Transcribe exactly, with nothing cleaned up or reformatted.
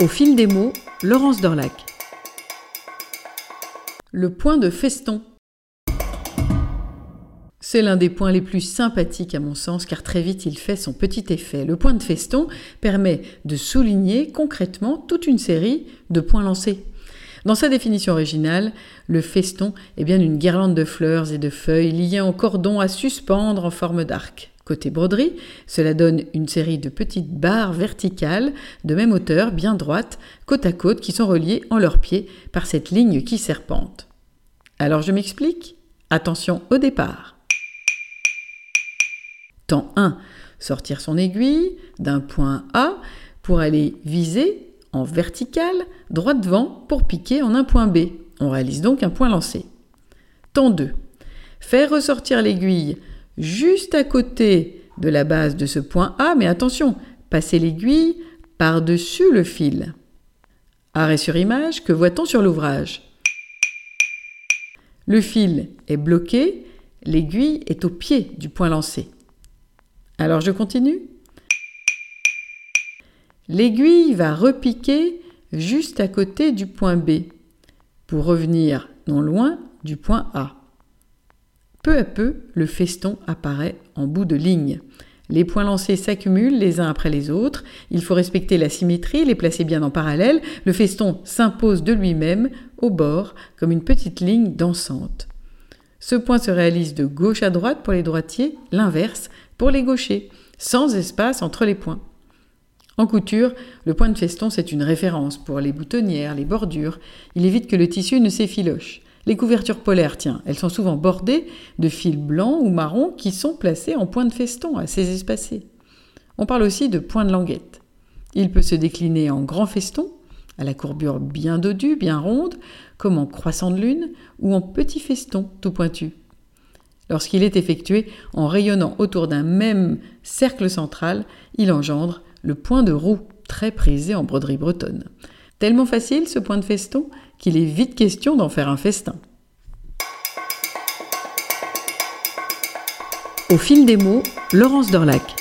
Au fil des mots, Laurence Dorlac. Le point de feston. C'est l'un des points les plus sympathiques à mon sens, car très vite il fait son petit effet. Le point de feston permet de souligner concrètement toute une série de points lancés. Dans sa définition originale, le feston est bien une guirlande de fleurs et de feuilles liées en cordon à suspendre en forme d'arc. Côté broderie, cela donne une série de petites barres verticales de même hauteur, bien droites, côte à côte, qui sont reliées en leurs pieds par cette ligne qui serpente. Alors je m'explique ? Attention au départ. Temps un. Sortir son aiguille d'un point A pour aller viser en vertical, droit devant, pour piquer en un point B. On réalise donc un point lancé. Temps deux. Faire ressortir l'aiguille juste à côté de la base de ce point A, mais attention, passer l'aiguille par-dessus le fil. Arrêt sur image, que voit-on sur l'ouvrage ? Le fil est bloqué, l'aiguille est au pied du point lancé. Alors je continue ? L'aiguille va repiquer juste à côté du point B pour revenir non loin du point A. Peu à peu, le feston apparaît en bout de ligne. Les points lancés s'accumulent les uns après les autres. Il faut respecter la symétrie, les placer bien en parallèle. Le feston s'impose de lui-même au bord comme une petite ligne dansante. Ce point se réalise de gauche à droite pour les droitiers, l'inverse pour les gauchers, sans espace entre les points. En couture, le point de feston, c'est une référence pour les boutonnières, les bordures. Il évite que le tissu ne s'effiloche. Les couvertures polaires, tiens, elles sont souvent bordées de fils blancs ou marrons qui sont placés en point de feston assez espacés. On parle aussi de point de languette. Il peut se décliner en grand feston, à la courbure bien dodue, bien ronde, comme en croissant de lune, ou en petit feston tout pointu. Lorsqu'il est effectué en rayonnant autour d'un même cercle central, il engendre le point de roue, très prisé en broderie bretonne. Tellement facile ce point de feston qu'il est vite question d'en faire un festin. Au fil des mots, Laurence Dorlac.